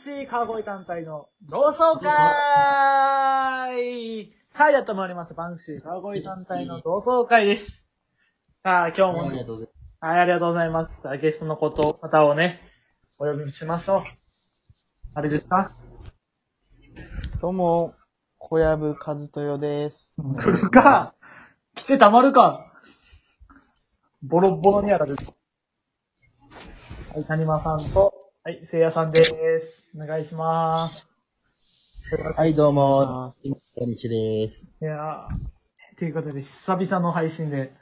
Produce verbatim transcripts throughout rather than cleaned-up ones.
シー川越団体の同窓会はい、やってまいりました。バンクシー川越団体の同窓会です。さあ、今日も、ね、はい、ありがとうございます。ゲストのこと、方をね、お呼びしましょう。あれですか？ どうも、小籔和豊です。 来るか来てたまるかボロッボロにやられる。はい、谷間さんと、はい、せいやさんです。お願いします。 はい、どうも、小西です。 いやー、ということで、久々の配信で。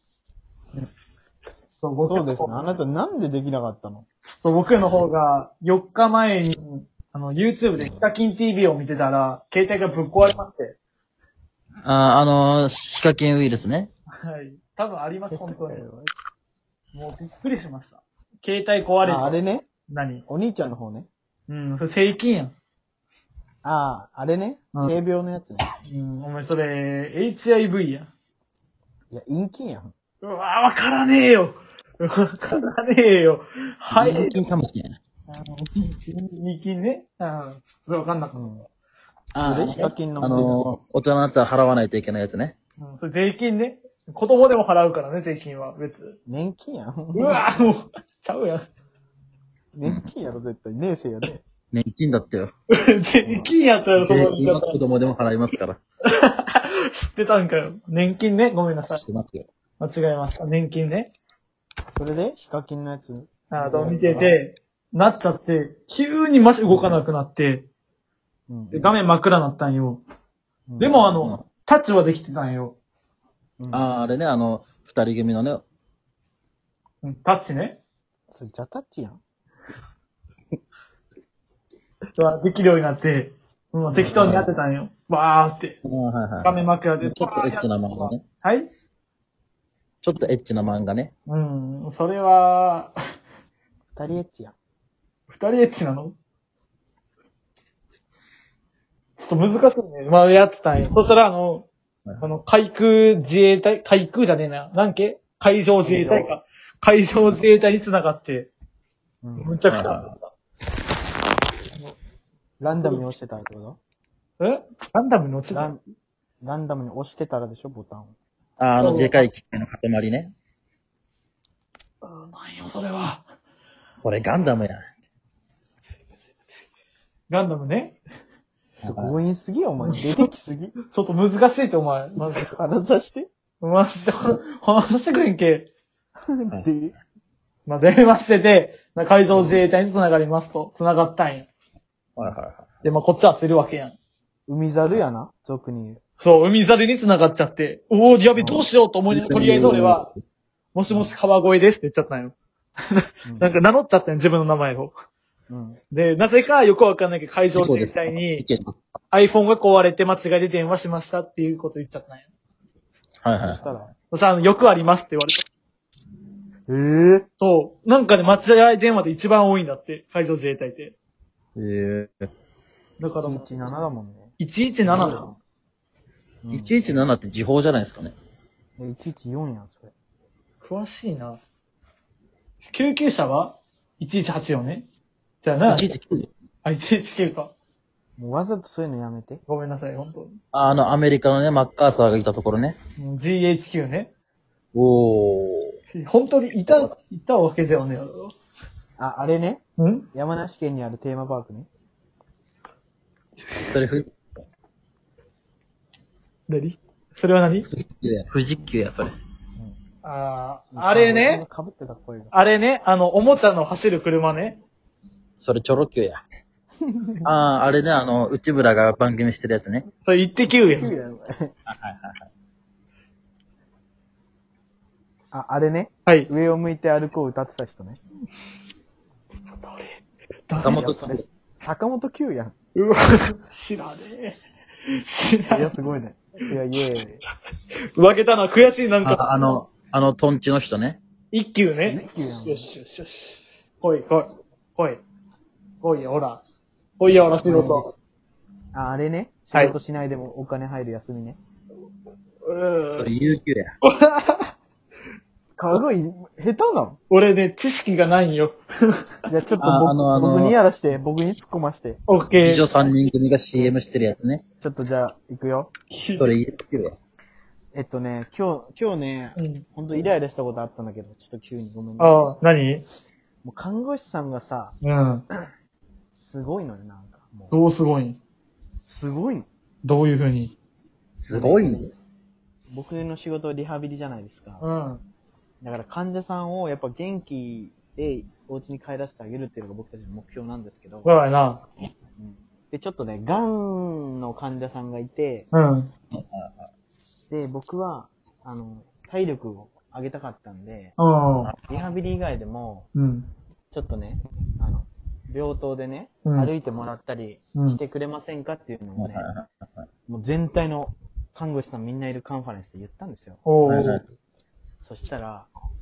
そう、そうですね。あなたなんでできなかったの？ そう、僕の方がよっかまえに、あの、YouTube でヒカキン ティーブイ を見てたら、携帯がぶっ壊れまして。 あ、あのー、ヒカキンウイルスね。 はい。多分あります、本当に。もうびっくりしました。携帯壊れて。 あ、あれね。 何？ お兄ちゃんの方ね。 うん、それ正規やん。 ああ、あれね。性病のやつね。 うん、お前それ、エイチアイブイ やん。 いや、陰菌やん。 うわぁ、わからねえよ。わからねえよ。はい。 陰菌かもしれない。 陰菌ね。うん。ちょっとわかんなかった。うん、 ああ、ヒカキンの。 あのー、大人になったら払わないといけないやつね。 うん、それ税金ね。子供でも払うからね、税金は。別。 年金やん。 うわぁ、もう、ちゃうやん。 年金やろ、絶対。年生やね。 年金だったよ。 年金やったらその今子供でも払いますから。 知ってたんかよ。年金ね。ごめんなさい。 知ってますよ。 間違えました。年金ね。 それでヒカキンのやつああ、と見てて、なっちゃって、急にマジ動かなくなって、うん、で画面真っ暗になったんよ。うん、でもあの、うん、タッチはできてたんよ。 うん、ああ、あれね、あの、二人組のね。 うん、タッチね。 それ、ジャタッチやん。 できるようになって、もう適当にやってたんよ。わーって。画面真っ暗で。 ちょっとエッチな漫画ね。 はい？ ちょっとエッチな漫画ね。 うん、それは、 二人エッチやん。 二人エッチなの？ちょっと難しいね。まあ、やってたんよ。そしたらあの、あの、海空自衛隊、海空じゃねえな。なんけ？海上自衛隊か。海上自衛隊に繋がって、うん、むちゃくちゃ。 ランダムに押してたらってこと？えランダムに押してたラン、ランダムに押してたらでしょ、ボタンを。 あ、あの、でかい機械の塊ね。 ああ、なんよ、それは。 それガンダムや。 ガンダムね。 強引すぎよ、お前。出てきすぎ。 ちょっと難しいって、お前。 まず、話さして。 マジで、話させてくれんけ。 で、 まあ、電話してて、海上自衛隊に繋がりますと、繋がったんや。 はいはいはい。 で、まあ、こっちは釣るわけやん。 海猿やな、俗に言う。 そう、海猿に繋がっちゃって、おー、やべ、どうしようと思いながら、とりあえず俺は、もしもし川越ですって言っちゃったんよ。なんか名乗っちゃったんよ、自分の名前を。うん、で、なぜかよくわかんないけど、海上自衛隊に、iPhone が壊れて間違いで電話しましたっていうこと言っちゃったんよ。 はいはい。 そしたら、 そしたら、よくありますって言われた。 えぇ、ー、 そう。なんかね、間違い電話で一番多いんだって、海上自衛隊って。 えぇ、ー。 だからいちいちななだもんね。 いちいちななだ。 うん、いちいちななって時報じゃないですかね。 いちいちよんやん、それ。 詳しいな。救急車はいちいちはちよんね。じゃあな。 いちいちきゅう? あ、いちいちきゅうか。 もうわざとそういうのやめて。 ごめんなさい、本当に。 あの、アメリカのね、マッカーサーがいたところね。 ジーエイチキュー ね。 おー。本当にいた、いたわけだよね。 あ、あれね。 ん？ 山梨県にあるテーマパークね。 それふ、 何？それは何？ 富士急や。富士急や、それ。 ああ、あれね。 かぶってた声が。 あれね、あの、おもちゃの走る車ね。 それチョロ Q や。ああ、あれね、あの、内村が番組してるやつね。 それイッテ Q やん。 はいはいはい。あ、あれね。 はい。 上を向いて歩こう歌ってた人ね。 誰？ 坂本さん。 坂本九やん。 うわ、知らねえ。知らねえ。 いや、すごいね。いや、いえ。 負けたな、悔しい、なんか。 あ、あの、あの、トンチの人ね。 一級ね。 一級やん。 よしよしよし。来い、来い。来い。来いよ、ほら。来いよ、ほら、仕事。 あ、あれね。仕事しないでもお金入る休みね。 うーん。 それ有給や。 かごい、下手なの俺ね、知識がないんよ。 いや、ちょっと僕ああのあの僕にやらして、僕に突っ込まして。 オッケ美女ー。 さんにん組が シーエム してるやつね。 ちょっとじゃあ、行くよ。 それ言ってるわ。 えっとね、今日、今日ね、 うん。 ほんとイライラしたことあったんだけど、ちょっと急にごめんね。 ああ、何もう看護師さんがさ、 うん。 すごいのよ、なんか。もう、 どうすごいんすごいの。 どういうふうにすごいんです。 僕の仕事リハビリじゃないですか。 うん。 だから患者さんをやっぱ元気でお家に帰らせてあげるっていうのが僕たちの目標なんですけど。 そうやな。 うんで、ちょっとね、癌の患者さんがいて、 うん。 で、僕は、あの、体力を上げたかったんで、 うん。 リハビリ以外でも、 うん。 ちょっとね、あの、病棟でね、 うん歩いてもらったりうんしてくれませんかっていうのをね、 はいはいはいもう全体の看護師さんみんないるカンファレンスで言ったんですよ。 おはいはいー。 そしたら、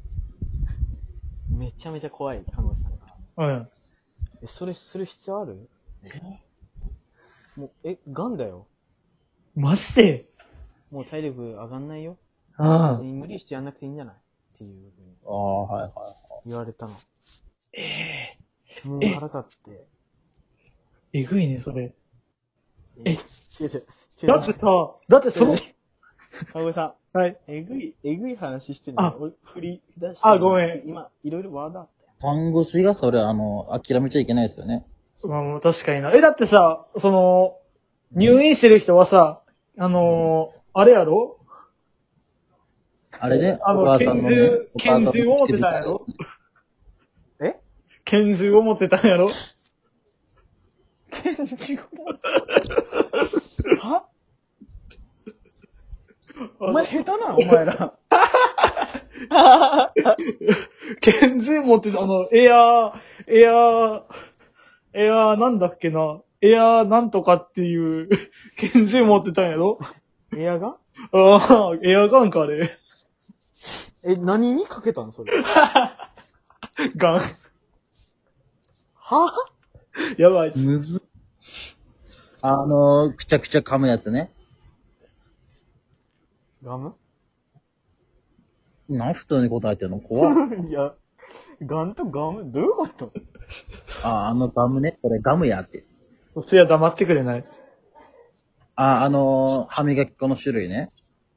めちゃめちゃ怖い看護師さんが、 うん。 え、それする必要あるもう、え、癌だよ。 マジでもう体力上がんないよ。 ああ。 無理してやんなくていいんじゃないっていうふうにああ、はいはい。 言われたの。 ええもう腹立って。 えぐいね、それ。え違う違う。違うだってさ、だってその、 看護師さん、 はい。 えぐい、えぐい話してるあの。俺、振り出して。 あごめん今、いろいろワードあったよ。 看護師がそれ、あの、諦めちゃいけないですよね。 まあ、確かにな。え、だってさ、その、入院してる人はさ、あのー、あれやろあれね、 あのお母さんのね、 拳銃お母さんの拳銃を持ってたんやろえ拳銃を持ってたんやろ拳銃はお前下手なのお前ら。 拳銃持ってた、あの、エアー、エアー、エアーなんだっけな。エアーなんとかっていう拳銃持ってたんやろエアガンああ、エアガンかあれ。 え、何にかけたのそれ。 ガン。 はやばい。 むずっあの、くちゃくちゃ噛むやつね。 ガム何普通に答えてんの怖っ。 いや、ガンとガムどういうことあ、あのガムね。これガムやって。 そや黙ってくれない。 あ、あの、歯磨き粉の種類ね。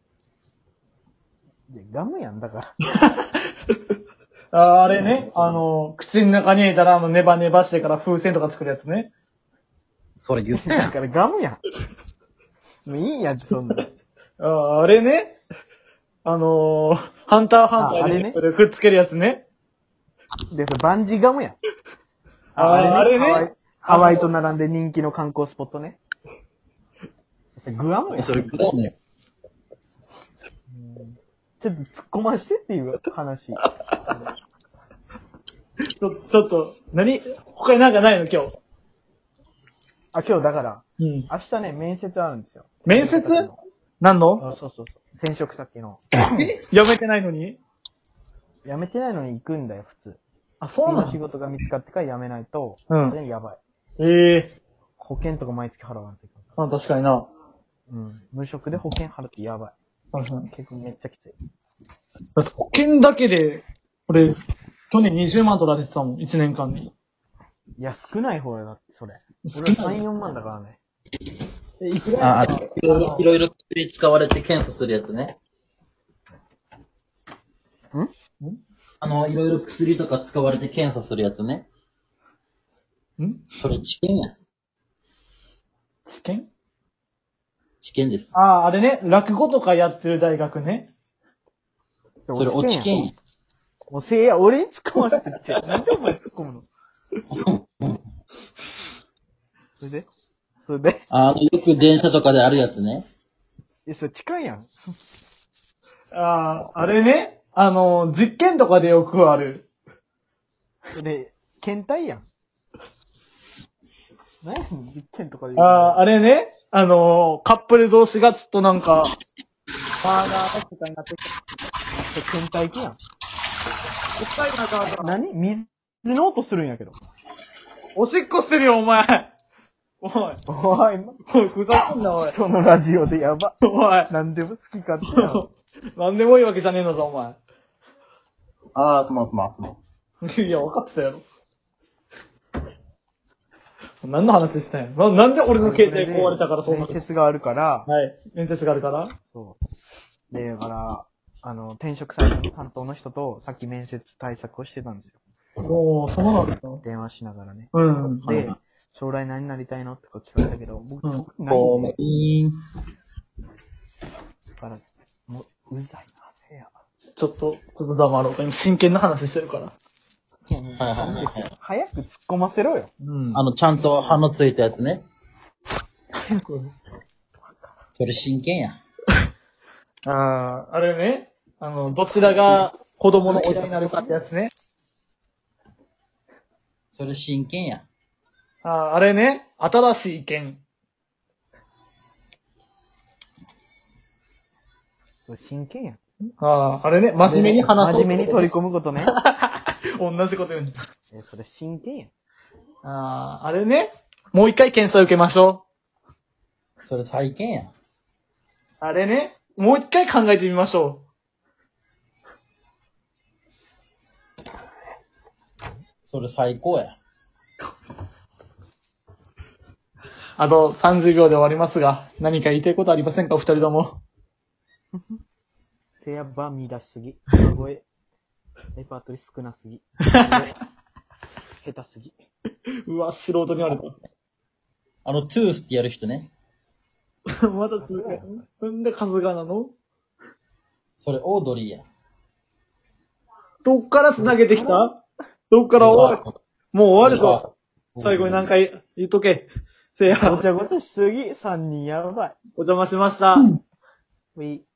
いや、ガムやんだから。 ああれね、あの、口の中に入れたら、あの、ネバネバしてから風船とか作るやつね。 それ言ったやん。 だからガムやん。もういいやん、そんな。 ああ、あれね。あのー、ハンターハンターああれねでくっつけるやつね。 で、それバンジーガムやん。 ああれねハワイ。ハワイと並んで人気の観光スポットね。グアムやん。 それグラムよ。 ちょっと突っ込ましてっていう話。 ちょ、ちょっと、何他になんかないの今日。 あ、今日だから、 うん。 明日ね、面接あるんですよ。 面接何のあ、そうそうそう。転職先の。 えやめてないのに辞めてないのに行くんだよ、普通。 あ、そう次なのの仕事が見つかってから辞めないと、 うんそれやばい。 ええ保険とか毎月払わないといけない。 あ、確かにな。 うん。無職で保険払ってやばい。 確かに。 結構めっちゃきつい。 だって保険だけで、俺、去年にじゅうまん取られてたもん、いちねんかんに。 いや、少ない方やだって、それ。 少俺ないさん、よんまんだからね。 え、いくあ、あらやいろいろ、いろいろ薬使われて検査するやつね。 んあの、いろいろ薬とか使われて検査するやつね。 んそれ治験や。 試験治験です。 ああ、あれね、落語とかやってる大学ね。 それ落ち験や。 もうせいや、俺に突っ込ませてって。なんでお前突っ込むのそれでそれであの、よく電車とかであるやつね。 え、それ近いやん。 ああ、あれね、あの、実験とかでよくある。 それ、検体やん。何やねん、実験とかで言うあの。 あ、あれね、あの、カップル同士がちょっとなんか、バーガーとかになってきて、 それ検体機やん。 おっぱいなんか、 何水の音するんやけど。 おしっこしてるよ、お前。おい、 おい、 おい、ふざけんな、おい。 そのラジオでやば。 おい、 何でも好き勝手やん。 なんでもいいわけじゃねえのさ、お前。 あー、すまんすまんすまん。 いや、分かってたやろ。何の話したんやな、なんで俺の携帯壊れたからそうな面る接があるから、 はい。面接があるからそう。で、だから、あの、転職サイトの担当の人と、さっき面接対策をしてたんですよ。 おー、そうなんだ。 電話しながらね。 うん。 では、 将来何になりたいのとか聞かれたけど、僕、 うん特にないんで、 いーん。 だから、もう、うざいな、せや。 ちょっと、ちょっと黙ろうか。今真剣な話してるから。 はいはいはいはい。 早く突っ込ませろよ。 うんあの、ちゃんと歯のついたやつね。それ真剣や。 ああ、あれね。あの、どちらが子供の親になるかってやつね。 それ真剣や。 ああ、あれね。新しい意見。 真剣やん。 ああ、あれね。真面目に話そう。 真面目に取り込むことね。 同じこと言うんだ。 え、それ真剣やん。 ああ、あれね。もう一回検査受けましょそれ再建や。 う。あれね。もう一回考えてみましょそれ最高や。 う。あとさんじゅうびょうで終わりますが、何か言いたいことありませんかお二人とも。 せやば見出しすぎ。歌声。レパートリー少なすぎ。下手すぎ。 うわ、素人に言われた。 あの、トゥースってやる人ね。 まだ続く。なんで数がなのそれオードリーや。 どっから繋げてきたどっから終わるもう終わるぞ。最後に何回言っとけ。せや、 ごちゃごちゃしすぎ。三人やばい。 お邪魔しました。 ウィ